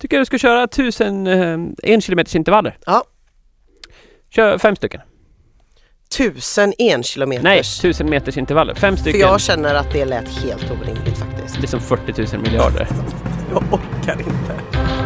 Tycker du ska köra 1000 1 kilometers intervaller. Ja. Kör 5 stycken. 1000 1 kilometers. Nej, 1000 meters intervaller. 5 stycken. För jag känner att det lät helt orimligt faktiskt. Det är som 40 000 miljarder. Jag orkar inte.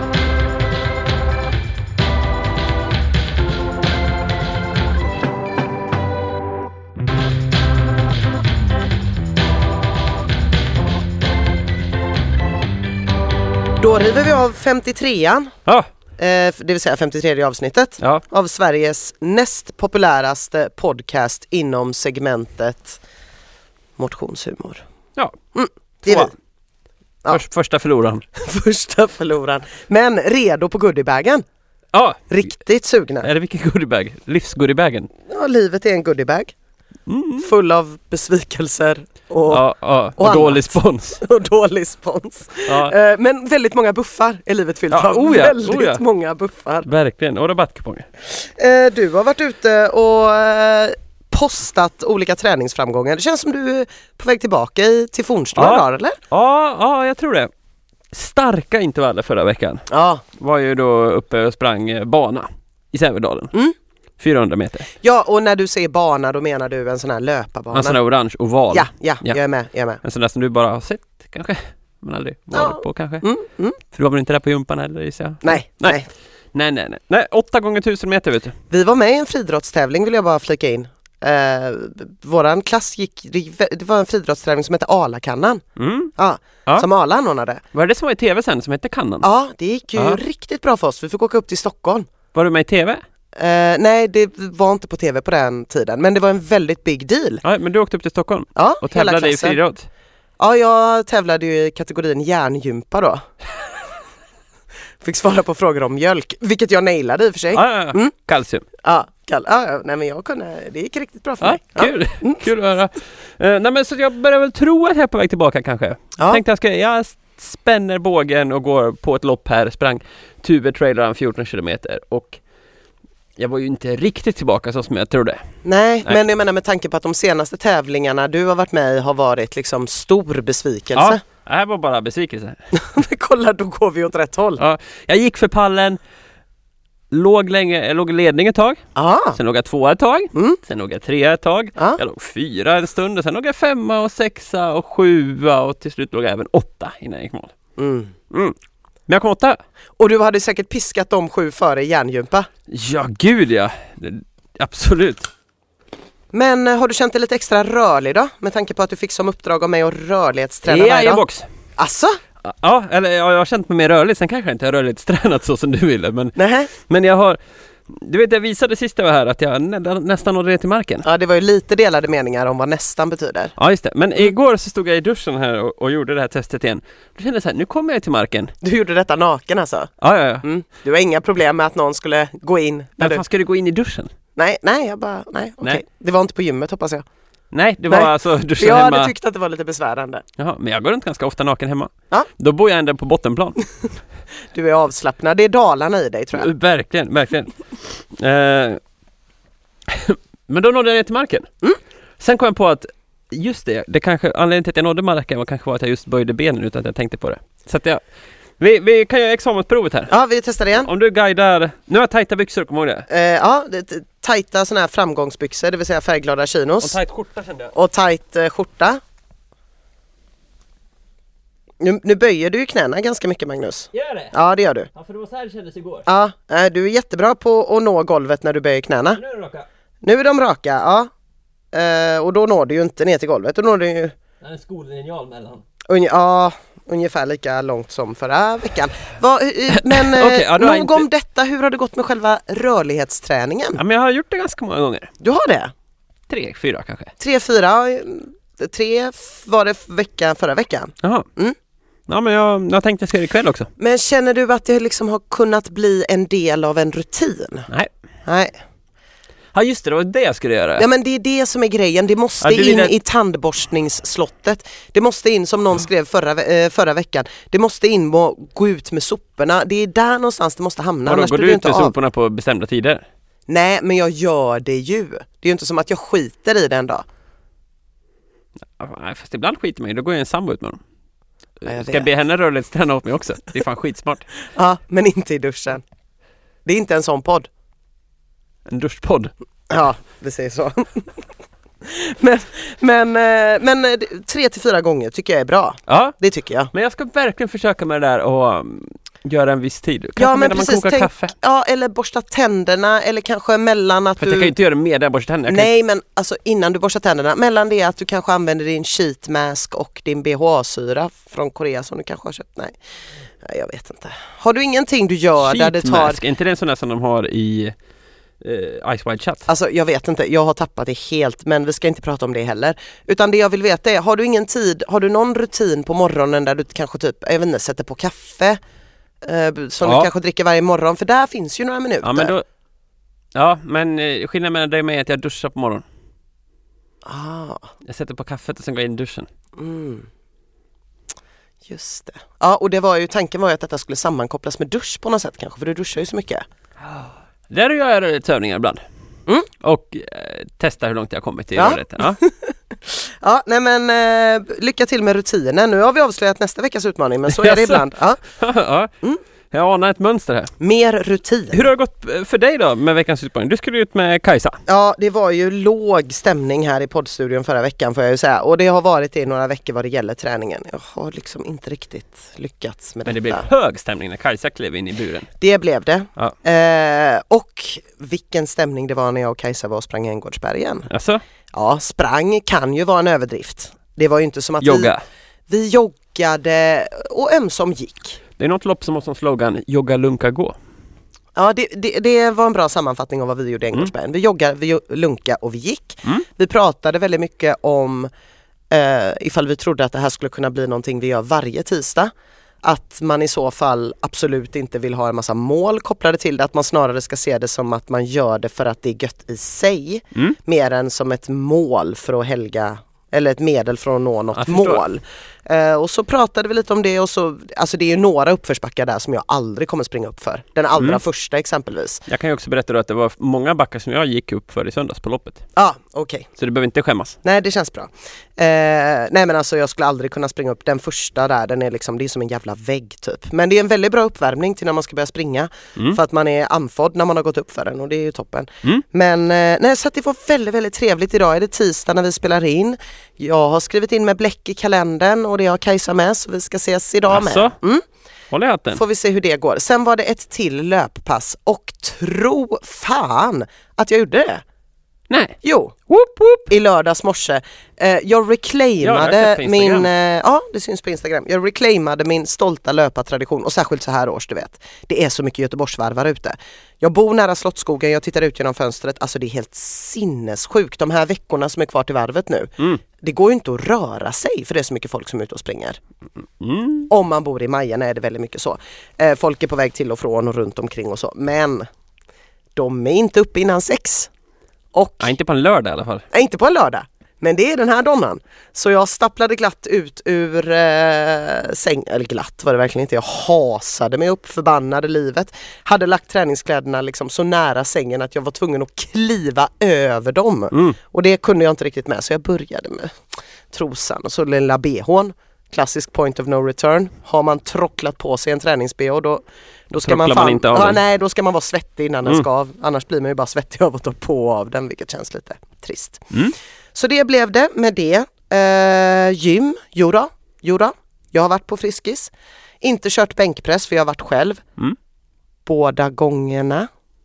Då river vi av 53an. Ja. Det vill säga 53 avsnittet av Sveriges näst populäraste podcast inom segmentet motionshumor. Ja. Det är vi. Ja. Första förloraren. Första förloraren. Men redo på goodiebagen. Ja. Riktigt sugna. Är det vilken goodiebag? Livsgoodiebagen. Ja, livet är en goodiebag. Full av besvikelser och dålig spons. Och dålig spons. Ja. Men väldigt många buffar är livet fyllt av. Väldigt många buffar. Verkligen. Och rabattkuponger. Du har varit ute och postat olika träningsframgångar. Det känns som du är på väg tillbaka till fornstora dagar, eller? Ja, jag tror det. Starka intervaller förra veckan. Ja. Var ju då uppe och sprang bana i Sävedalen. 400 meter. Ja, och när du säger bana då menar du en sån här löparbana. En sån här orange oval. Ja, jag är med. En sån där som du bara har sett kanske. Men aldrig varit på kanske. För du var väl inte där på jumpan eller gissar jag? Nej, 8 gånger 1000 meter vet du. Vi var med i en friidrottstävling vill jag bara flika in. Våran klass det var en friidrottstävling som hette Alakannan. Som Ala anordnade. Var det som var i tv sen som hette Kannan? Ja, det gick ju riktigt bra för oss. Vi fick åka upp till Stockholm. Var du med i tv? Nej, det var inte på tv på den tiden. Men det var en väldigt big deal. Ja, men du åkte upp till Stockholm och tävlade i friidrott? Ja, jag tävlade ju i kategorin järngympa då. Fick svara på frågor om mjölk, vilket jag nailade i och för sig. Kalcium. Nej men jag kunde, det gick riktigt bra för mig. Kul, kul att höra. Nej men så jag börjar väl tro att jag är på väg tillbaka kanske. Tänkte jag spänner bågen och går på ett lopp här, sprang Tuve Trailrun 14 kilometer och jag var ju inte riktigt tillbaka så som jag trodde. Nej, men jag menar med tanke på att de senaste tävlingarna du har varit med i har varit liksom stor besvikelse. Ja, det här var bara besvikelse. Men kolla, då går vi åt rätt håll. Ja, jag gick för pallen, låg i ledning ett tag. Sen låg jag 2 ett tag. Sen låg jag 3 ett tag. Jag låg 4 en stund och sen låg jag 5 och 6 och 7 och till slut låg jag även 8 innan jag gick mål. Men jag kom 8. Och du hade säkert piskat de 7 före järngympa. Ja, gud ja. Absolut. Men har du känt dig lite extra rörlig då? Med tanke på att du fick som uppdrag av mig att rörlighetsträna varje dag. box. Asså? Ja, eller jag har känt mig mer rörlig. Sen kanske jag inte har rörlighetstränat så som du ville. Men jag har... Du vet, jag visade sist jag var här att jag nästan nådde det till marken. Ja, det var ju lite delade meningar om vad nästan betyder. Ja, just det. Men igår så stod jag i duschen här och gjorde det här testet igen. Då kände jag så här, nu kommer jag till marken. Du gjorde detta naken alltså? Ja. Du har inga problem med att någon skulle gå in? Men fan, ska du gå in i duschen? Nej, okej. Det var inte på gymmet hoppas jag. Nej, det var alltså duschen hemma. Jag hade tyckt att det var lite besvärande. Jaha, men jag går runt ganska ofta naken hemma. Då bor jag ändå på bottenplan. Du är avslappnad. Det är Dalarna i dig tror jag. Verkligen. Men då nådde jag ner till marken. Sen kom jag på att just det kanske, anledningen till att jag nådde marken var kanske att jag just böjde benen utan att jag tänkte på det. Så att vi kan göra examensprovet här. Ja, vi testar igen. Om du guidar... Nu har jag tajta byxor, kommer du ihåg det? Tajta såna här framgångsbyxor, det vill säga färgglada chinos. Och tajt skjorta kände jag. Och tajt skjorta. Nu böjer du ju knäna ganska mycket, Magnus. Gör det? Ja, det gör du. Ja, för det var så här det kändes igår. Ja, du är jättebra på att nå golvet när du böjer knäna. Nu är de raka. Nu är de raka, ja. Och då når du ju inte ner till golvet. Då når du ju... Det är en skollinjal mellan. Ungefär lika långt som förra veckan. Men nog om detta, hur har det gått med själva rörlighetsträningen? Ja, men jag har gjort det ganska många gånger. Du har det? 3-4 kanske. 3 var det förra veckan. Jaha. Ja, men jag tänkte jag ska göra det ikväll också. Men känner du att det liksom har kunnat bli en del av en rutin? Nej. Ja just det, var det jag skulle göra. Ja men det är det som är grejen. Det måste in i tandborstningsslottet. Det måste in som någon skrev förra veckan. Det måste in och gå ut med soporna. Det är där någonstans det måste hamna. Går du ut med soporna på bestämda tider? Nej, men jag gör det ju. Det är ju inte som att jag skiter i det en dag. Ja, fast ibland skiter man ju. Då går jag en sambo ut med dem. ska jag be henne rörlighetsträna åt mig också. Det är fan skitsmart. Ja, men inte i duschen. Det är inte en sån podd. En duschpodd. Ja, vi säger så. men 3-4 gånger tycker jag är bra. Ja. Det tycker jag. Men jag ska verkligen försöka med det där och göra en viss tid. Kanske ja, men precis, man kokar kaffe. Ja, eller borsta tänderna, eller kanske mellan att jag kan ju inte göra det med jag borstar tänderna. Nej, men alltså innan du borstar tänderna, mellan det att du kanske använder din sheet mask och din BHA-syra från Korea som du kanske har köpt. Nej, jag vet inte. Har du ingenting du gör sheet där det tar... mask, är inte det en sån där som de har i Ice Wide Shut? Alltså jag vet inte, jag har tappat det helt, men vi ska inte prata om det heller. Utan det jag vill veta är, har du ingen tid, har du någon rutin på morgonen där du kanske typ, jag vet inte, sätter på kaffe som du kanske dricker varje morgon, för där finns ju några minuter. Men skillnaden mellan dig och mig är att jag duschar på morgonen. Jag sätter på kaffet och sen går jag in i duschen. Just det. Ja, och det var ju, tanken var ju att detta skulle sammankopplas med dusch på något sätt kanske, för du duschar ju så mycket. Där gör jag tövningar ibland. Och testar hur långt jag har kommit i rörligheten. Ja. Ja, nej men lycka till med rutinen. Nu har vi avslöjat nästa veckas utmaning, men så är det ibland. Ja. Jag anar ett mönster här. Mer rutin. Hur har det gått för dig då med veckans utmaning? Du skulle ut med Kajsa. Ja, det var ju låg stämning här i poddstudion förra veckan får jag ju säga. Och det har varit i några veckor vad det gäller träningen. Jag har liksom inte riktigt lyckats med det. Men det blev hög stämning när Kajsa klev in i buren. Det blev det. Ja. Och vilken stämning det var när jag och Kajsa var och sprang Änggårdsbergen. Alltså? Ja, sprang kan ju vara en överdrift. Det var ju inte som att vi joggade och ömsom gick. Det är något lopp som har som slogan jogga, lunka, gå. Ja, det var en bra sammanfattning av vad vi gjorde i Änggårdsbergen. Vi joggade, vi lunka och vi gick. Vi pratade väldigt mycket om ifall vi trodde att det här skulle kunna bli någonting vi gör varje tisdag. Att man i så fall absolut inte vill ha en massa mål kopplade till det. Att man snarare ska se det som att man gör det för att det är gött i sig. Mer än som ett mål för att helga, eller ett medel för att nå något mål. Och så pratade vi lite om det och så, alltså det är ju några uppförsbackar där som jag aldrig kommer springa upp för. Den allra första exempelvis. Jag kan ju också berätta då att det var många backar som jag gick upp för i söndags på loppet. Ja, okej. Så du behöver inte skämmas. Nej, det känns bra. Nej men alltså jag skulle aldrig kunna springa upp den första där, den är liksom, det är som en jävla vägg typ. Men det är en väldigt bra uppvärmning till när man ska börja springa. För att man är andfådd när man har gått upp för den och det är ju toppen. Men nej, så att det var väldigt, väldigt trevligt. Idag är det tisdag när vi spelar in. Jag har skrivit in med bläck i kalendern och det har Kajsa med, så vi ska ses idag med. Håll i hatten. Får vi se hur det går. Sen var det ett till löppass och tro fan att jag gjorde det. Nej. Jo. Woop, woop. I lördags morse. Jag reclaimade det syns på Instagram. Jag reclaimade min stolta löpartradition och särskilt så här års, du vet. Det är så mycket Göteborgsvarvar ute. Jag bor nära Slottsskogen, jag tittar ut genom fönstret. Alltså det är helt sinnessjukt. De här veckorna som är kvar till varvet nu. Det går ju inte att röra sig för det är så mycket folk som är ute och springer. Om man bor i Majen är det väldigt mycket så. Folk är på väg till och från och runt omkring och så. Men de är inte uppe innan 6. Inte på en lördag i alla fall. Inte på en lördag. Men det är den här donnan. Så jag stapplade glatt ut ur säng. Eller glatt var det verkligen inte. Jag hasade mig upp, förbannade livet. Hade lagt träningskläderna liksom så nära sängen att jag var tvungen att kliva över dem. Och det kunde jag inte riktigt med. Så jag började med trosan och så lilla BH:n. Klassisk point of no return. Har man trocklat på sig en tränings-BH då ska man inte av den. Då ska man vara svettig innan den ska av. Annars blir man ju bara svettig av att ta på av den, vilket känns lite trist. Så det blev det med det. Gym, jodå. Jag har varit på Friskis. Inte kört bänkpress för jag har varit själv. Båda gångerna.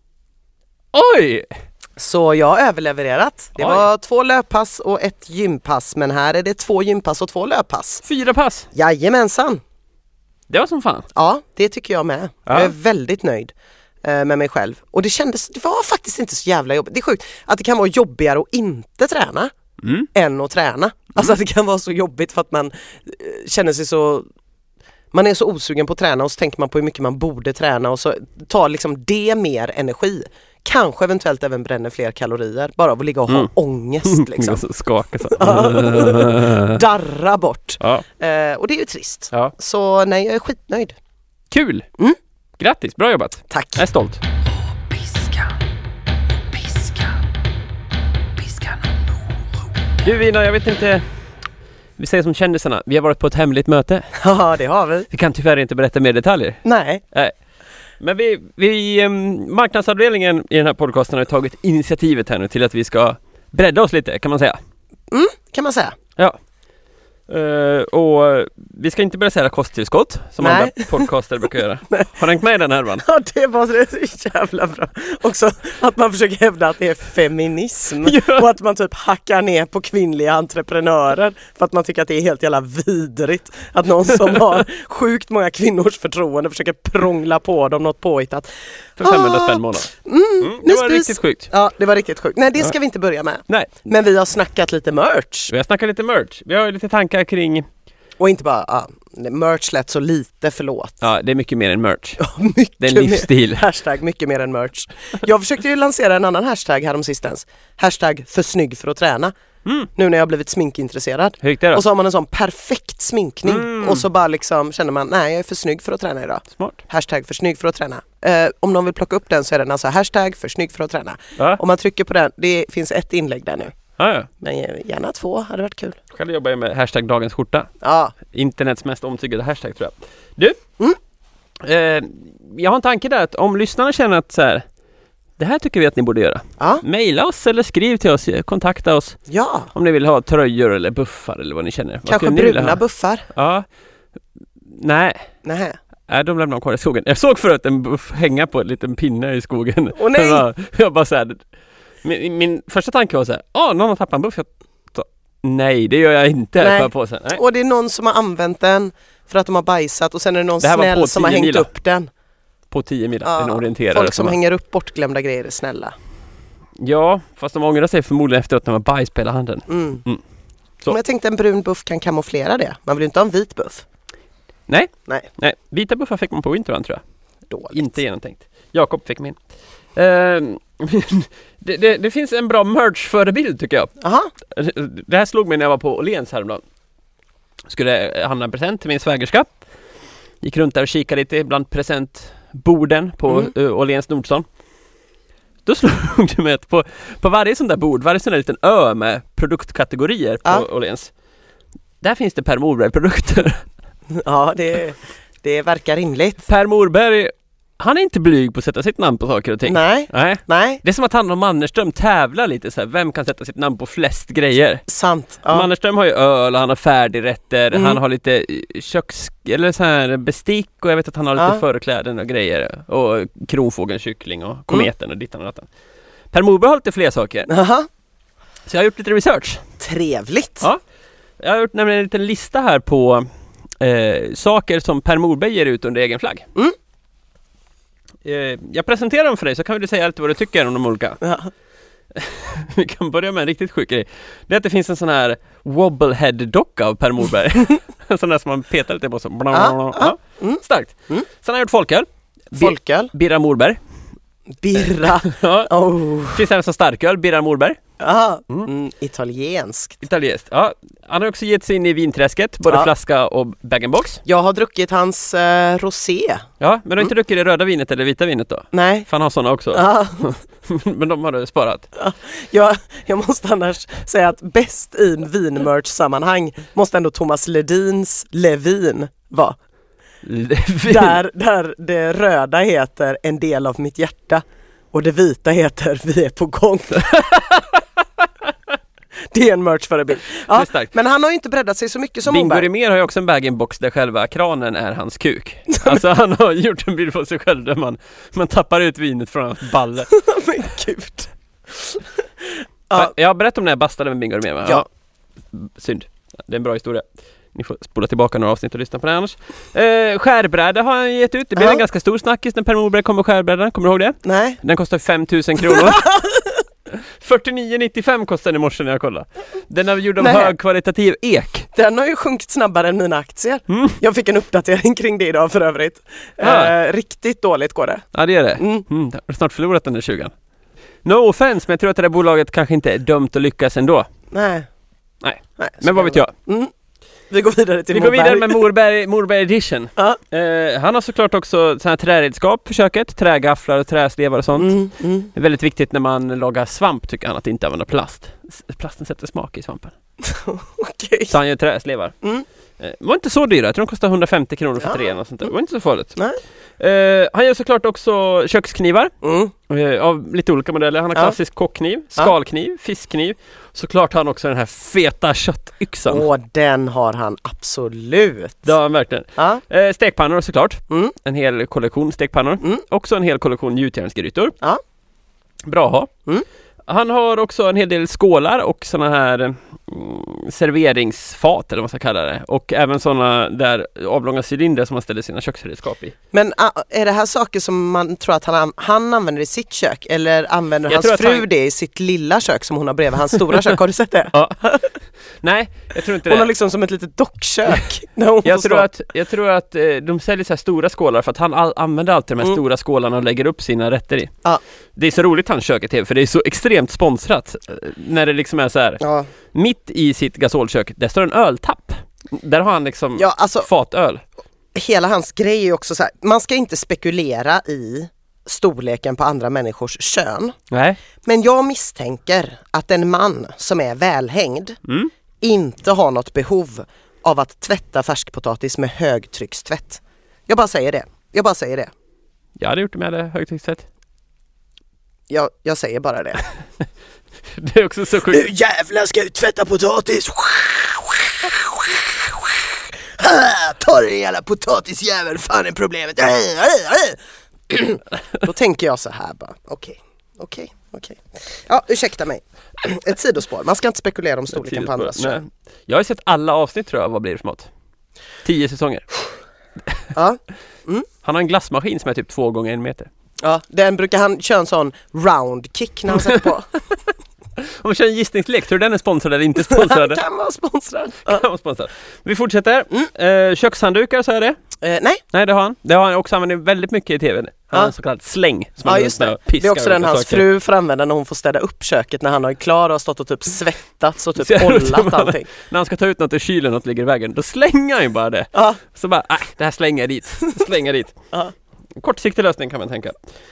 Oj! Så jag har överlevererat. Det var 2 löppass och 1 gympass. Men här är det 2 gympass och 2 löppass. 4 pass? Jajamensan. Det var som fan. Ja, det tycker jag med. Jag är väldigt nöjd med mig själv. Och det var faktiskt inte så jävla jobbigt. Det är sjukt att det kan vara jobbigare att inte träna än att träna. Alltså att det kan vara så jobbigt för att man känner sig så... Man är så osugen på att träna och så tänker man på hur mycket man borde träna och så tar liksom det mer energi. Kanske eventuellt även bränner fler kalorier bara av att ligga och ha ångest liksom. Skaka så. Darra bort. Ja. Och det är ju trist. Ja. Så nej, jag är skitnöjd. Kul! Grattis, bra jobbat. Tack. Jag är stolt. Du Vina, jag vet inte Vi säger som kändisarna, vi har varit på ett hemligt möte. Ja, det har vi. Vi kan tyvärr inte berätta mer detaljer. Nej. Men vi marknadsavdelningen i den här podcasten har tagit initiativet här nu till att vi ska bredda oss lite, kan man säga. Kan man säga. Ja. Och vi ska inte börja säga kosttillskott som andra podcaster brukar göra. Har du hängt med i den här, Herman? Ja, det var så jävla bra. Också att man försöker hävda att det är feminism och att man typ hackar ner på kvinnliga entreprenörer för att man tycker att det är helt jävla vidrigt att någon som har sjukt många kvinnors förtroende försöker prångla på dem något påhittat. För 500 spänn månad. Det var riktigt sjukt. Ja, det var riktigt sjukt. Nej, det ska vi inte börja med. Nej. Men vi har snackat lite merch. Vi har snackat lite merch. Vi har lite tankar kring... Och inte bara, merch lät så lite, förlåt. Ja, det är mycket mer än merch. Ja, mycket det är en livsstil. Mer, hashtag mycket mer än merch. Jag försökte ju lansera en annan hashtag häromsistens. Hashtag för snygg för att träna. Nu när jag har blivit sminkintresserad. Hur gick det då? Och så har man en sån perfekt sminkning. Och så bara liksom känner man, nej, jag är för snygg för att träna idag. Smart. Hashtag för snygg för att träna. Om någon vill plocka upp den så är den alltså hashtag för snygg för att träna. Om man trycker på den, det finns ett inlägg där nu. Ja. Men gärna 2, hade varit kul. Själv jobbar jag med hashtag dagens skjorta. Ja. Internets mest omtyckade hashtag, tror jag. Du, jag har en tanke där att om lyssnarna känner att så här, det här tycker vi att ni borde göra. Maila oss eller skriv till oss, kontakta oss. Ja. Om ni vill ha tröjor eller buffar eller vad ni känner. Kanske bruna buffar. Ja. Nej, de lämnar kvar i skogen. Jag såg förut en buff hänga på en liten pinne i skogen. Åh nej! Jag bara så här, min första tanke var så här, någon har tappat en buff. Nej, det gör jag inte. Nej. På sig. Nej. Och det är någon som har använt den för att de har bajsat och sen är det någon snäll som har hängt upp den. På 10 mila, en orienterare. Folk som hänger upp bortglömda grejer är snälla. Ja, fast de ångrar sig förmodligen efter att de har bajs på hela handen. Så. Men jag tänkte en brun buff kan kamouflera det. Man vill ju inte ha en vit buff. Nej. Vita buffar fick man på Winterland, tror jag. Dåligt. Inte genomtänkt. Jakob fick min. Det finns en bra merch-förebild, tycker jag. Aha. Det här slog mig när jag var på Åhléns häromdagen. Skulle handla en present till min svägerska. Gick runt där och kikade lite bland presentborden på Åhléns Nordstan. Då slog det mig att på varje sån där bord, varje sån där liten ö med produktkategorier på Åhléns, där finns det Per Morberg-produkter. Ja, det verkar rimligt. Per Morberg, han är inte blyg på att sätta sitt namn på saker och ting. Nej. Det är som att han och Mannerström tävlar lite så här, vem kan sätta sitt namn på flest grejer. Sant. Ja. Mannerström har ju öl och han har färdigrätter, han har lite eller så här bestick, och jag vet att han har lite förkläden och grejer, och kronfågeln, kyckling och kometen och dittan och dattan. Per Morberg har lite fler saker. Så jag har gjort lite research. Trevligt. Ja. Jag har gjort nämligen en liten lista här på saker som Per Morberg ger ut under egen flagg. Jag presenterar dem för dig, så kan du säga lite vad du tycker om de olika. Vi kan börja med en riktigt sjuk grej. Det är att det finns en sån här wobblehead-docka av Per Morberg. En sån där som man petar lite på. Så. Starkt. Sen har jag gjort folköl. Folköl. Birra Morberg. Birra. Finns även som starköl, Birra Morberg. Italienskt. Ja, han har också gett sig in i vinträsket, både flaska och bag-in-box. Jag har druckit hans rosé. Ja, men du har inte druckit det röda vinet eller vita vinet då? Nej. För han har sådana också. Men de har du sparat. Jag måste annars säga att bäst i vinmerch-sammanhang måste ändå Thomas Ledins Levin vara. Där det röda heter En del av mitt hjärta och det vita heter Vi är på gång. Det är en merch-förebild. Ja, men han har ju inte breddat sig så mycket som Bingo Rimér har ju också en bag-in-box där själva kranen är hans kuk. Alltså han har gjort en bild på sig själv där man tappar ut vinet från hans balle. Men gud. Jag har berättat om när jag bastade med Bingo Rimér. Ja. Synd. Det är en bra historia. Ni får spola tillbaka några avsnitt och lyssna på det annars. Skärbräda har han gett ut. Det blev en ganska stor snackis när Per Morberg kom med skärbrädan. Kommer du ihåg det? Nej. Den kostar 5 000 kronor. 49,95 kostar den i morse när jag kollade. Den är gjord av högkvalitativ ek. Den har ju sjunkit snabbare än mina aktier. Jag fick en uppdatering kring det idag för övrigt. Riktigt dåligt går det. Ja, det är det. Jag har snart förlorat den där 20. No offense, men jag tror att det där bolaget kanske inte är dömt att lyckas ändå. Nej. Men vad vet jag? Vi går vidare till Morberg. Vi går vidare med Morberg Edition. Han har såklart också såna här träredskap för köket. Trägafflar och träslevar och sånt. Det är väldigt viktigt när man lagar svamp, tycker han, att inte använda plast. Plasten sätter smak i svampen. Okay. Så han gör träslevar. Det var inte så dyra. Jag tror de kostar 150 kronor för 3 och sånt där. Det var inte så farligt. Nej. Han gör såklart också köksknivar av lite olika modeller. Han har klassisk kockkniv, skalkniv, fiskkniv. Såklart har han också den här feta köttyxan. Den har han absolut. Ja, verkligen. Stekpannor såklart. En hel kollektion stekpannor. Också en hel kollektion gjutjärnsgrytor. Bra att ha. Han har också en hel del skålar och såna här serveringsfat eller vad man ska kalla det. Och även såna där avlånga cylindrar som man ställer sina köksredskap i. Men är det här saker som man tror att han använder i sitt kök? Eller använder hans fru det i sitt lilla kök som hon har bredvid hans stora kök? Har du sett det? Ja. Nej, jag tror inte hon har liksom som ett litet dockkök. Jag tror att de säljer så här stora skålar för att han använder alltid de här stora skålarna och lägger upp sina rätter i. Det är så roligt hans köket är, för det är så extremt sponsrat när det liksom är så här mitt i sitt gasolkök, där står en öltapp. Där har han liksom fatöl. Hela hans grej är ju också så här, man ska inte spekulera i storleken på andra människors kön. Nej. Men jag misstänker att en man som är välhängd inte har något behov av att tvätta färskpotatis med högtryckstvätt. Jag bara säger det. Jag hade gjort det med högtryckstvätt. Jag säger bara det. Det är också så sjukt. Nu jävlar ska jag tvätta potatis. Ta den jävla potatisjävel, fan är problemet. Då tänker jag så här bara. Okej. Ja, ursäkta mig. Ett sidospår. Man ska inte spekulera om storleken på andras kön. Jag har sett alla avsnitt, tror jag. Vad blir det för mat? 10 säsonger. Han har en glassmaskin som är typ 2 gånger 1 meter. Ja, den brukar han köra en sån round kick när han sätter på. Om man kör en gissningslek, tror du den är sponsrad eller inte sponsrad? Kan vara sponsrad. Vi fortsätter. Kökshanddukar, så är det? Nej, det har han. Det har han också använt väldigt mycket i tv. Han har en så kallad släng. Som just det. Det är också den hans fru får använda när hon får städa upp köket, när han har klar och stått och typ svettats och typ ollat allting. När han ska ta ut något ur kylen och något ligger i vägen, då slänger han ju bara det. Så bara, det här slänger dit. Kortsiktig lösning kan man tänka.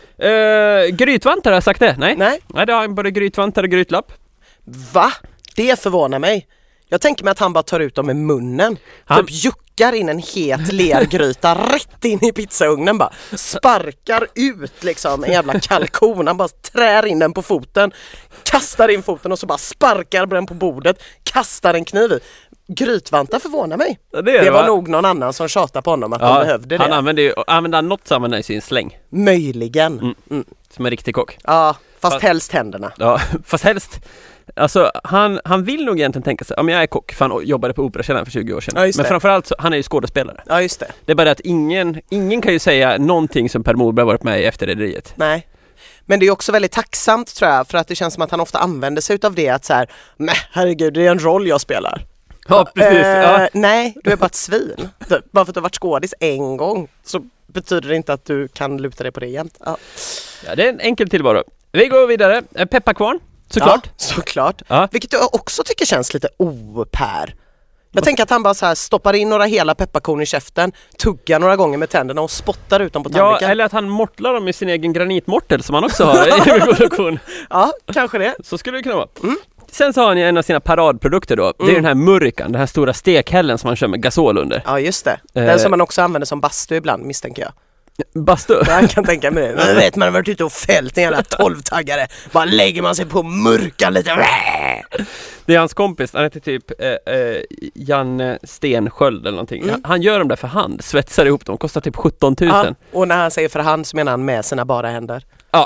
Grytvantar, har jag sagt det? Nej, det har både grytvantar och grytlapp. Va? Det förvånar mig. Jag tänker mig att han bara tar ut dem med munnen. Typ juckar in en het lergryta rätt in i pizzaugnen, bara sparkar ut liksom en jävla kalkon. Han bara trär in den på foten, kastar in foten och så bara sparkar den på bordet, kastar en kniv i. Grytvantar förvånar mig. Det var nog någon annan som tjatade på honom att de behövde det. Han använde något samman i sin släng. Möjligen. Som en riktig kock. Ja, fast helst händerna. Ja, fast helst. Alltså, han vill nog egentligen tänka sig, om jag är kock, för han jobbade på Operakällaren för 20 år sedan. Men framförallt så, han är ju skådespelare. Ja, just det. Det är bara att ingen kan ju säga någonting som Per Morberg varit med i efter Rederiet. Nej. Men det är också väldigt tacksamt, tror jag, för att det känns som att han ofta använder sig av det, att så här, nej, herregud, det är en roll jag spelar. Ja, precis. Nej, du är bara ett svin. Bara för att du har varit skådis en gång så betyder det inte att du kan luta dig på det jämt. Ja, det är en enkel tillvaro. Vi går vidare. Pepparkvarn, såklart. Ja, såklart. Ja. Vilket jag också tycker känns lite opär. Jag tänker att han bara så här stoppar in några hela pepparkorn i käften, tuggar några gånger med tänderna och spottar ut dem på tandviken. Ja, eller att han mortlar dem i sin egen granitmortel som han också har i kollektion. Ja, kanske det. Så skulle det kunna vara. Sen så har han ju en av sina paradprodukter då. Det är den här murkan, den här stora stekhällen som han kör med gasol under. Ja, just det. Den som man också använder som bastu ibland, misstänker jag. Bastu? Jag kan tänka mig det. Man vet, man har varit ute och fällt en jävla 12-taggare. Bara lägger man sig på murkan lite. Det är hans kompis, han heter typ Janne Stensköld eller någonting. Han gör dem där för hand, svetsar ihop dem, kostar typ 17 000. Ja, och när han säger för hand så menar han med sina bara händer. Ja.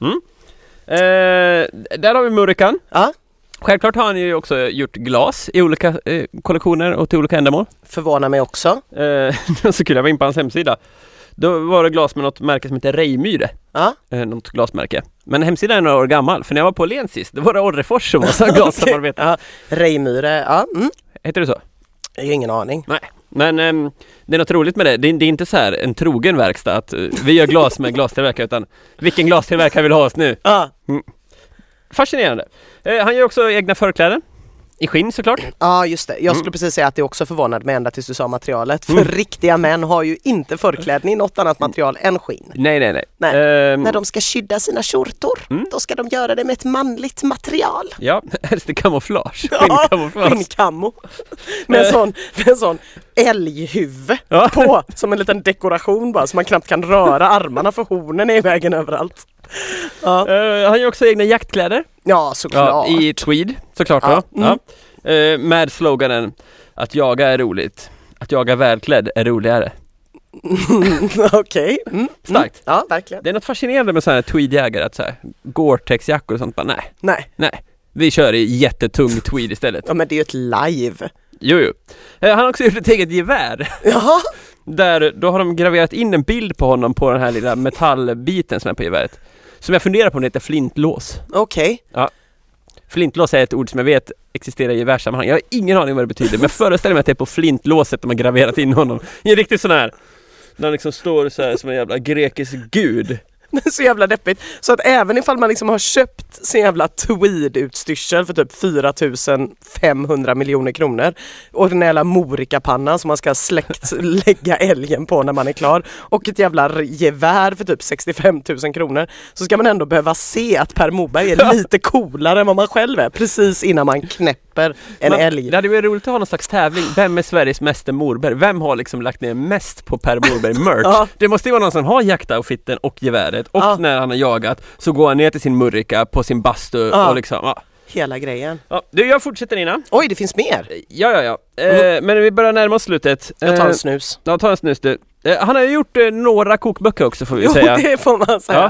Där har vi murkan. Ja. Självklart har han ju också gjort glas i olika kollektioner och till olika ändamål. Förvånar mig också. Så kul, jag var in på hans hemsida. Då var det glas med något märke som heter Reimyre. Något glasmärke. Men hemsidan är några år gammal. För när jag var på Åhléns sist, det var det Orrefors som var så glassamarbete. Ja, Reimyre, ja. Heter det så? Jag har ingen aning. Nej, men det är något roligt med det. Det är inte så här en trogen verkstad att vi gör glas med glastillverkare, utan vilken glastillverkare vill ha oss nu? Fascinerande. Han gör också egna förkläden. I skinn såklart. Ja, just det. Jag skulle precis säga att det också förvånade mig ända tills du sa materialet. För riktiga män har ju inte förklädning i något annat material än skinn. Nej. När de ska skydda sina skjortor, då ska de göra det med ett manligt material. Ja, helst det kamouflage. Skinnkammo. Med en sån älghuvud på, som en liten dekoration bara, så man knappt kan röra armarna för hornen är i vägen överallt. Ja. Han gör också egna jaktkläder. Ja, såklart. I tweed, såklart. Med sloganen att jaga är roligt. Att jaga välklädd är roligare. Okej. Starkt. Ja, verkligen. Det är något fascinerande med sådana här tweedjägare, att så här Gore-Tex-jackor och sånt, bara nej. Vi kör i jättetung tweed istället. Ja, men det är ju ett live. Jo. Han har också gjort ett eget gevär. Jaha. Då har de graverat in en bild på honom på den här lilla metallbiten som är på geväret. Som jag funderar på om det heter flintlås. Okej. Ja. Flintlås är ett ord som jag vet existerar i gevärssammanhang. Jag har ingen aning vad det betyder, men jag föreställer mig att det är på flintlåset de har graverat in honom. I en riktigt sån här, när han liksom står så här som en jävla grekisk gud. Så jävla deppigt. Så att även ifall man liksom har köpt sin jävla tweed-utstyrsel för typ 4 500 miljoner kronor och den jävla morikapanna som man ska lägga älgen på när man är klar och ett jävla gevär för typ 65 000 kronor, så ska man ändå behöva se att Per Morberg är lite coolare än vad man själv är precis innan man knäpper en älg. Det hade varit roligt att ha någon slags tävling. Vem är Sveriges mäster Morberg? Vem har liksom lagt ner mest på Per Morberg merch? Ja. Det måste ju vara någon som har jaktoutfitten och geväret. Och när han har jagat så går han ner till sin murrika på sin bastu och liksom, hela grejen. Ja, jag fortsätter Nina. Oj, det finns mer. Ja. Men vi börjar närma oss slutet. Jag tar en snus. Ja, ta en snus du. Han har ju gjort några kokböcker också, får vi säga. Jo, det får man säga.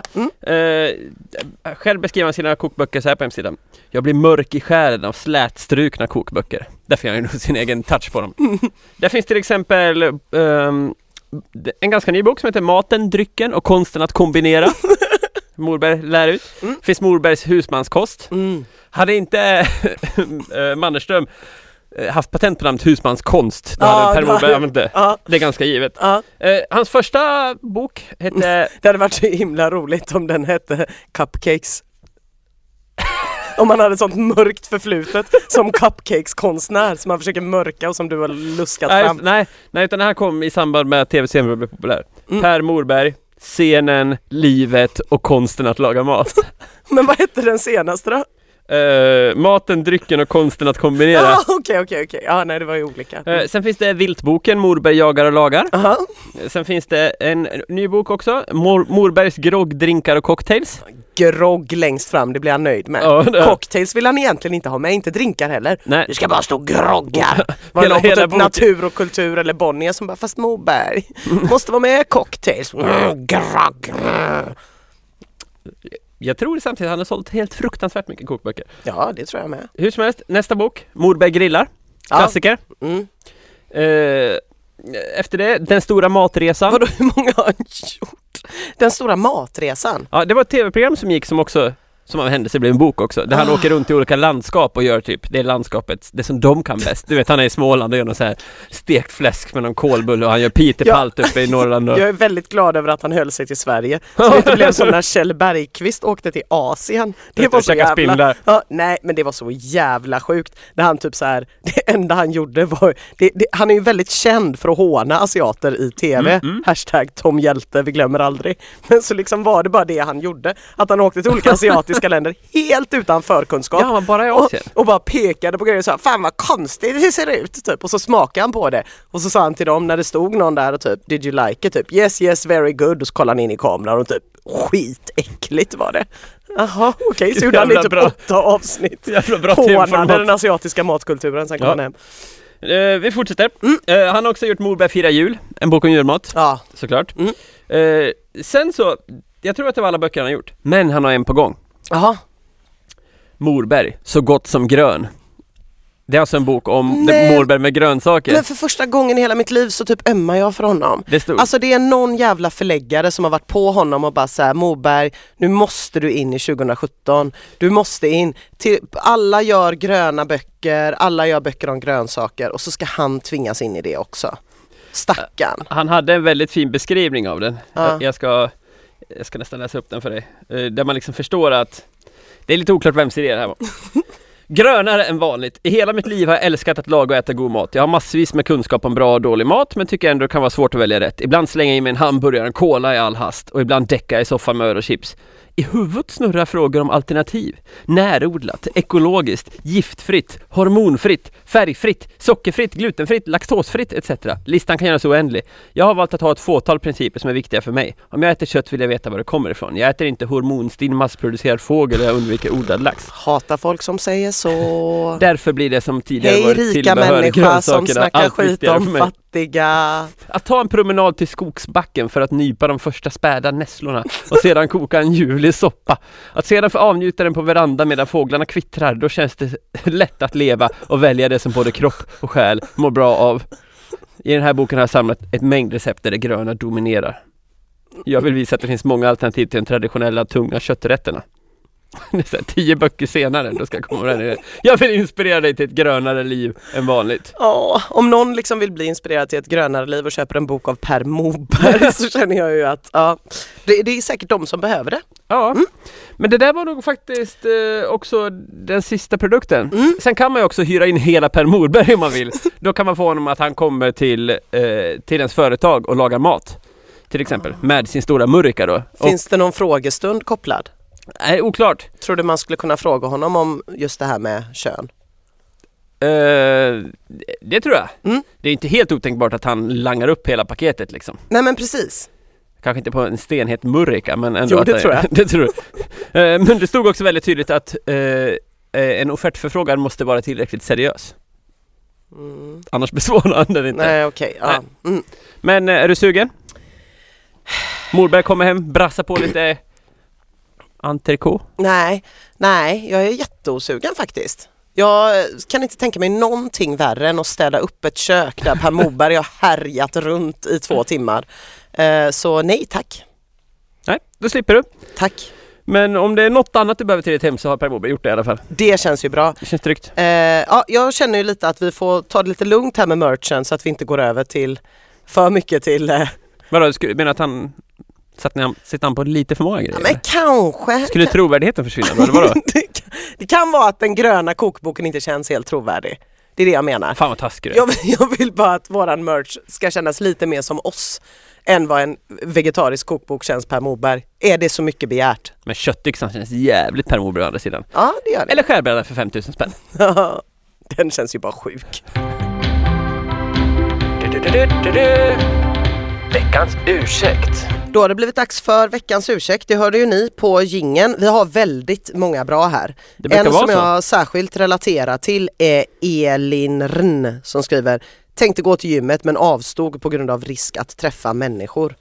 Ja. Själv beskriver han sina kokböcker så här på hemsidan. Jag blir mörk i själen av slätstrukna kokböcker. Därför har han nog sin egen touch på dem. Där finns till exempel en ganska ny bok som heter Maten, drycken och konsten att kombinera. Morberg lär ut. Finns Morbergs husmanskost. Hade inte Mannerström haft patent på namnet husmanskonst, då hade Per Morberg använt det. Det är ganska givet. Hans första bok hette... Det hade varit så himla roligt om den hette Cupcakes. Om man hade sånt mörkt förflutet som cupcakes-konstnär som man försöker mörka och som du har luskat fram. Nej, utan det här kom i samband med att tv-serien blev populär. Per Morberg, scenen, livet och konsten att laga mat. Men vad hette den senaste då? Maten, drycken och konsten att kombinera. Okej. Ja, nej, det var ju olika. Sen finns det Viltboken, Morberg jagar och lagar. Sen finns det en ny bok också, Morbergs grogg, drinkar och cocktails. Grogg längst fram, det blir han nöjd med. Cocktails vill han egentligen inte ha med, inte drinkar heller. Nej. Du ska bara stå groggar. Var det någon på typ Natur och kultur eller Bonnier som bara, fast Morberg måste vara med cocktails. Grogg. Jag tror samtidigt att han har sålt helt fruktansvärt mycket kokböcker. Ja, det tror jag med. Hur som helst, nästa bok, Morberg grillar. Klassiker. Efter det, Den stora matresan. Vadå, hur många har han gjort? Den stora matresan? Ja, det var ett tv-program som gick som av händelse blev en bok också. Där han åker runt i olika landskap och gör typ, det är landskapet, det som de kan bäst. Du vet, han är i Småland och gör någon så här stekt fläsk med någon kolbulle och han gör pitepalt uppe i Norrland. Och... Jag är väldigt glad över att han höll sig till Sverige. Så det inte blev som när Kjell Bergqvist åkte till Asien. Det var så jävla... Ja, nej, men det var så jävla sjukt. När han typ så här, det enda han gjorde var... han är ju väldigt känd för att håna asiater i tv. Hashtag Tom Hjälte, vi glömmer aldrig. Men så liksom var det bara det han gjorde. Att han åkte till olika asiatiska länder helt utan förkunskap. Ja, man bara i Asien. Och bara pekade på grejer och sa, fan vad konstigt det ser ut typ. Och så smakade han på det. Och så sa han till dem när det stod någon där och typ, did you like it? Typ, yes, very good. Och så kollade han in i kameran och typ, skitäckligt var det. Jaha, okej. Så gjorde han typ 8 avsnitt. Hånade den asiatiska matkulturen, sen kom han hem. Vi fortsätter. Han har också gjort Morberg firar jul. En bok om julmat. Ja. Såklart. Sen så, jag tror att det var alla böcker han har gjort. Men han har en på gång. Jaha. Morberg, så gott som grön. Det är alltså en bok om Morberg med grönsaker. Men för första gången i hela mitt liv så typ ömmar jag för honom. Alltså det är någon jävla förläggare som har varit på honom och bara såhär, Morberg, nu måste du in i 2017. Du måste in. Alla gör gröna böcker, alla gör böcker om grönsaker och så ska han tvingas in i det också. Stackarn. Han hade en väldigt fin beskrivning av den. Ja. Jag ska nästan läsa upp den för dig. Där man liksom förstår att det är lite oklart vems idé det här var. Grönare än vanligt. I hela mitt liv har jag älskat att laga och äta god mat. Jag har massvis med kunskap om bra och dålig mat, men tycker ändå det kan vara svårt att välja rätt. Ibland slänger jag i mig en hamburgare, en cola i all hast, och ibland däckar jag i soffan med öl och chips. I huvudet snurrar frågor om alternativ. Närodlat, ekologiskt, giftfritt, hormonfritt, färgfritt, sockerfritt, glutenfritt, laktosfritt etc. Listan kan göras oändlig. Jag har valt att ha ett fåtal principer som är viktiga för mig. Om jag äter kött vill jag veta var det kommer ifrån. Jag äter inte hormonstinn massproducerad fågel, och jag undviker odlad lax. Hatar folk som säger så. Därför blir det som tidigare var rika människa som snackar skit om fattiga. Att ta en promenad till skogsbacken för att nypa de första späda nässlorna och sedan koka en julig soppa. Att sedan få avnjuta den på veranda medan fåglarna kvittrar, då känns det lätt att leva och välja det som både kropp och själ mår bra av. I den här boken har jag samlat ett mängd recept där det gröna dominerar. Jag vill visa att det finns många alternativ till de traditionella tunga kötträtterna. 10 böcker senare, då ska jag komma med. Jag vill inspirera dig till ett grönare liv än vanligt. Ja, om någon liksom vill bli inspirerad till ett grönare liv och köper en bok av Per Morberg så känner jag ju att det är säkert de som behöver det. Ja, men det där var nog faktiskt också den sista produkten. Sen kan man ju också hyra in hela Per Morberg om man vill. Då kan man få honom att han kommer till ens företag och lagar mat. Till exempel, med sin stora murka då. Finns det någon frågestund kopplad? Nej, oklart. Tror du man skulle kunna fråga honom om just det här med kön? Det tror jag. Det är inte helt otänkbart att han langar upp hela paketet liksom. Nej, men precis. Kanske inte på en stenhet murrika, men ändå. Jo, det tror jag. Det tror jag. Men det stod också väldigt tydligt att en offertförfrågan måste vara tillräckligt seriös. Annars besvarar han den inte. Nej, okej. Ja. Men är du sugen? Morberg kommer hem, brassar på lite entrecote. Nej, jag är jätteosugen faktiskt. Jag kan inte tänka mig någonting värre än att städa upp ett kök där Per Morberg har härjat runt i 2 timmar. Så nej, tack. Nej, då slipper du. Tack. Men om det är något annat du behöver till ditt hem så har Per Morberg gjort det i alla fall. Det känns ju bra. Det känns tryggt. Jag känner ju lite att vi får ta det lite lugnt här med merchen så att vi inte går över till för mycket till... Vadå, du menar att han sitter han på lite för många grejer? Ja, men kanske. Skulle trovärdigheten försvinna då, eller vadå? Det kan vara att den gröna kokboken inte känns helt trovärdig. Det är det jag menar. Fan vad taskig. Jag vill bara att våran merch ska kännas lite mer som oss än vad en vegetarisk kokbok känns Per Morberg. Är det så mycket begärt? Men köttyxan känns jävligt Per Morberg å andra sidan. Ja, det gör det. Eller skärbrädan för 5 000 spänn. Den känns ju bara sjuk. Veckans ursäkt. Då har det blivit dags för veckans ursäkt. Det hörde ju ni på jingeln. Vi har väldigt många bra här. En som jag särskilt relaterar till är Elin Rn som skriver: tänkte gå till gymmet men avstod på grund av risk att träffa människor.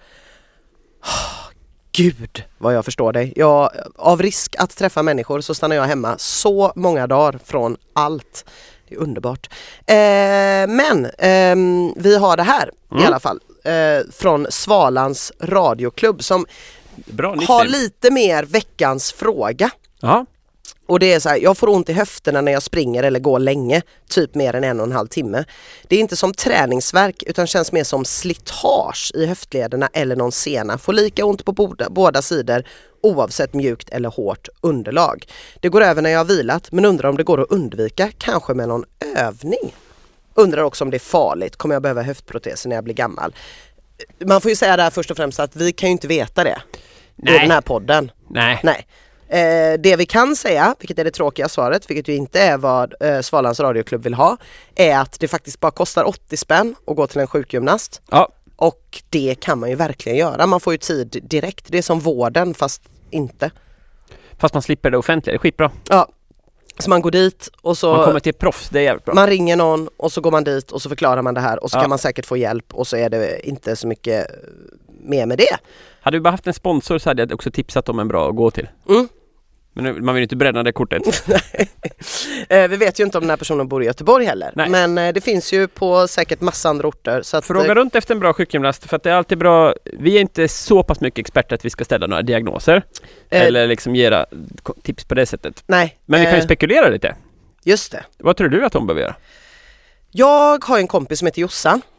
Gud vad jag förstår dig. Av risk att träffa människor så stannar jag hemma så många dagar från allt. Det är underbart. Men vi har det här i alla fall. Från Svalans radioklubb som har lite mer veckans fråga. Aha. Och det är så här, jag får ont i höfterna när jag springer eller går länge, typ mer än 1,5 timme. Det är inte som träningsvärk utan känns mer som slitage i höftlederna eller någon sena. Får lika ont på båda sidor oavsett mjukt eller hårt underlag. Det går över när jag har vilat, men undrar om det går att undvika, kanske med någon övning. Undrar också om det är farligt, kommer jag behöva höftproteser när jag blir gammal? Man får ju säga där först och främst att vi kan ju inte veta det i den här podden. Nej. Det vi kan säga, vilket är det tråkiga svaret, vilket ju inte är vad Svalans radioklubb vill ha, är att det faktiskt bara kostar 80 spänn att gå till en sjukgymnast. Ja. Och det kan man ju verkligen göra. Man får ju tid direkt. Det är som vården fast inte. Fast man slipper det offentliga, det är skitbra. Ja. Så man går dit och så... Man kommer till proffs, det är jävligt bra. Man ringer någon och så går man dit och så förklarar man det här och så kan man säkert få hjälp och så är det inte så mycket mer med det. Hade vi bara haft en sponsor så hade jag också tipsat om en bra att gå till. Men man vill inte bränna det kortet. Vi vet ju inte om den här personen bor i Göteborg heller. Nej. Men det finns ju på säkert massa andra orter. Så att fråga runt efter en bra sjukgymnast, för att det är alltid bra. Vi är inte så pass mycket experter att vi ska ställa några diagnoser. Eller liksom ge tips på det sättet. Nej. Men vi kan ju spekulera lite. Just det. Vad tror du att hon behöver göra? Jag har en kompis som heter Jossan.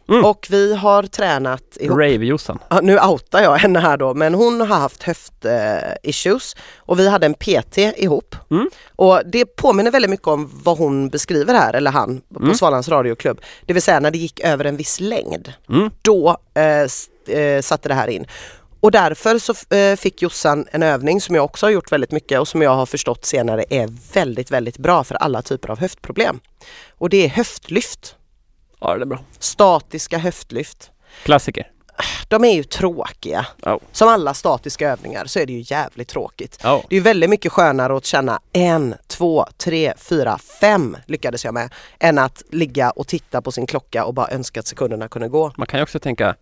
Och vi har tränat ihop. Rave-Jossan. Ja, nu outar jag henne här då, men hon har haft höft-issues och vi hade en PT ihop. Och det påminner väldigt mycket om vad hon beskriver här, eller han, på Svalans radioklubb. Det vill säga när det gick över en viss längd. Då satte det här in. Och därför så fick Jossan en övning som jag också har gjort väldigt mycket och som jag har förstått senare är väldigt, väldigt bra för alla typer av höftproblem. Och det är höftlyft. Ja, det är bra. Statiska höftlyft. Klassiker. De är ju tråkiga. Oh. Som alla statiska övningar så är det ju jävligt tråkigt. Oh. Det är ju väldigt mycket skönare att känna 1, 2, 3, 4, 5 lyckades jag med. Än att ligga och titta på sin klocka och bara önska att sekunderna kunde gå. Man kan ju också tänka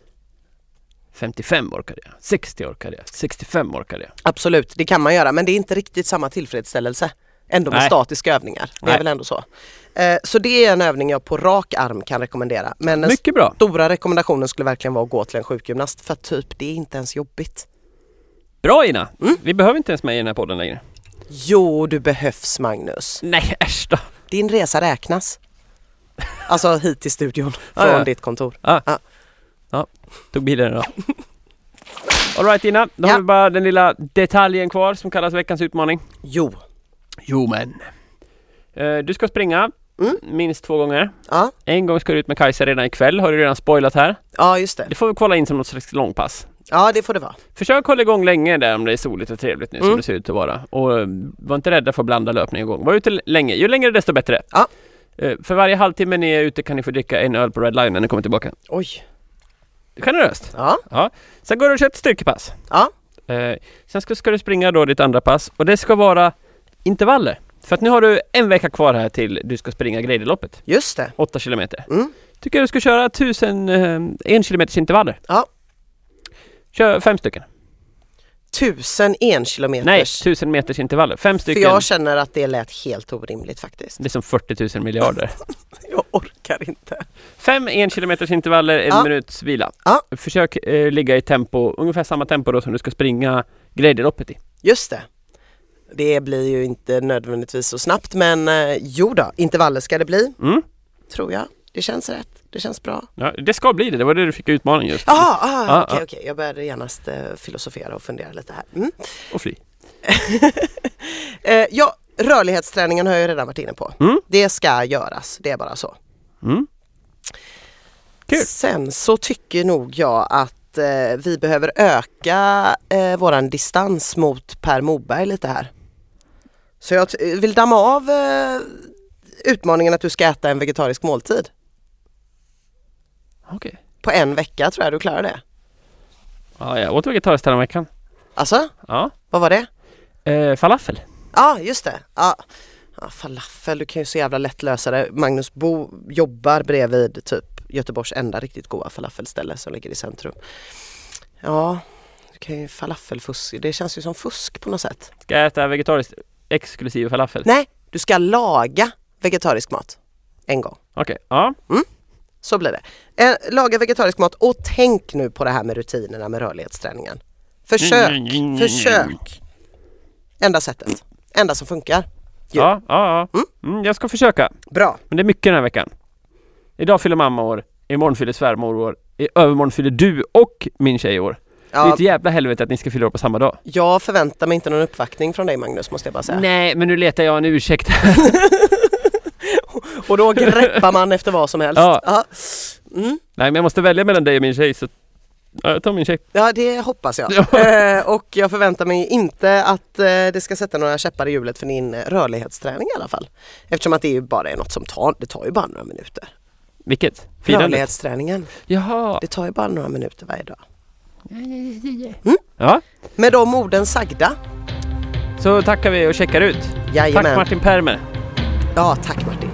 55 orkar jag, 60 orkar jag, 65 orkar jag. Absolut, det kan man göra, men det är inte riktigt samma tillfredsställelse ändå med statiska övningar. Det är väl ändå så. Så det är en övning jag på rak arm kan rekommendera. Men den stora rekommendationen skulle verkligen vara att gå till en sjukgymnast, för typ det är inte ens jobbigt. Bra Ina, vi behöver inte ens med i den här podden längre. Jo, du behövs Magnus. Nej, äsch då. Din resa räknas. Alltså hit till studion från ditt kontor. Ja, tog bilen då. All right Ina, då har vi bara den lilla detaljen kvar som kallas veckans utmaning. Jo men. Du ska springa minst 2 gånger. Ja. En gång ska du ut med Kajsa redan ikväll, har du redan spoilat här. Ja, just det. Det får vi kolla in som något slags långpass. Ja, det får det vara. Försök hålla igång länge där om det är soligt och trevligt nu som det ser ut att vara. Och var inte rädda för att blanda löpning igång. Var ute länge, ju längre desto bättre. Ja. För varje halvtimme ni är ute kan ni få dricka en öl på Red Line när ni kommer tillbaka. Oj. Det kan du röst. Ja. Sen går du och kör ett styrkepass. Ja. Sen ska du springa då ditt andra pass. Och det ska vara intervaller. För att nu har du en vecka kvar här till du ska springa Greideloppet. Just det. 8 kilometer. Tycker du ska köra 1 kilometers intervaller. Ja. Kör 5 stycken. 1 kilometers? Nej, 1000 meters intervaller. 5 stycken. För jag känner att det lät helt orimligt faktiskt. Det är som 40 000 miljarder. Jag orkar inte. 5 1 kilometers intervaller, 1 minuts vila. Ja. Försök ligga i tempo, ungefär samma tempo då som du ska springa Greideloppet i. Just det. Det blir ju inte nödvändigtvis så snabbt, men jo då, intervaller ska det bli. Tror jag. Det känns rätt. Det känns bra. Ja, det ska bli det. Det var det du fick utmaning just. Okej. Jag började genast filosofera och fundera lite här. Och fly. Rörlighetsträningen har jag ju redan varit inne på. Det ska göras. Det är bara så. Kul. Sen så tycker nog jag att vi behöver öka våran distans mot Per Moberg lite här. Så jag vill damma av utmaningen att du ska äta en vegetarisk måltid. Okej. På en vecka tror jag du klarar det. Ja, jag åt vegetariskt den veckan. Alltså? Ja. Vad var det? Falafel. Ja, just det. Ja, falafel, du kan ju så jävla lätt lösa det. Magnus Bo jobbar bredvid typ Göteborgs enda riktigt goda falafelställe som ligger i centrum. Ja, du kan ju falafelfusk. Det känns ju som fusk på något sätt. Ska jag äta vegetariskt exklusiv falafel? Nej, du ska laga vegetarisk mat en gång. Okej, ja. Så blir det. Laga vegetarisk mat och tänk nu på det här med rutinerna med rörlighetsträningen. Försök. Enda sättet. Enda som funkar. Ja. Jag ska försöka. Bra. Men det är mycket den här veckan. Idag fyller mamma år. Imorgon fyller svärmor år. I övermorgon fyller du och min tjej år. Ja. Det är ett jävla helvete att ni ska fylla år på samma dag. Jag förväntar mig inte någon uppvaktning från dig Magnus, måste jag bara säga. Nej, men nu letar jag en ursäkt. Och då greppar man efter vad som helst. Ja. Nej, men jag måste välja mellan dig och min tjej, så jag tar min tjej. Ja, det hoppas jag. Och jag förväntar mig inte att det ska sätta några käppar i hjulet för din rörlighetsträning i alla fall. Eftersom att det ju bara är något som tar ju bara några minuter. Vilket? Rörlighetsträningen. Jaha. Det tar ju bara några minuter varje dag. Ja. Med de orden sagda. Så tackar vi och checkar ut. Jajamän. Tack Martin Permer. Ja, tack Martin.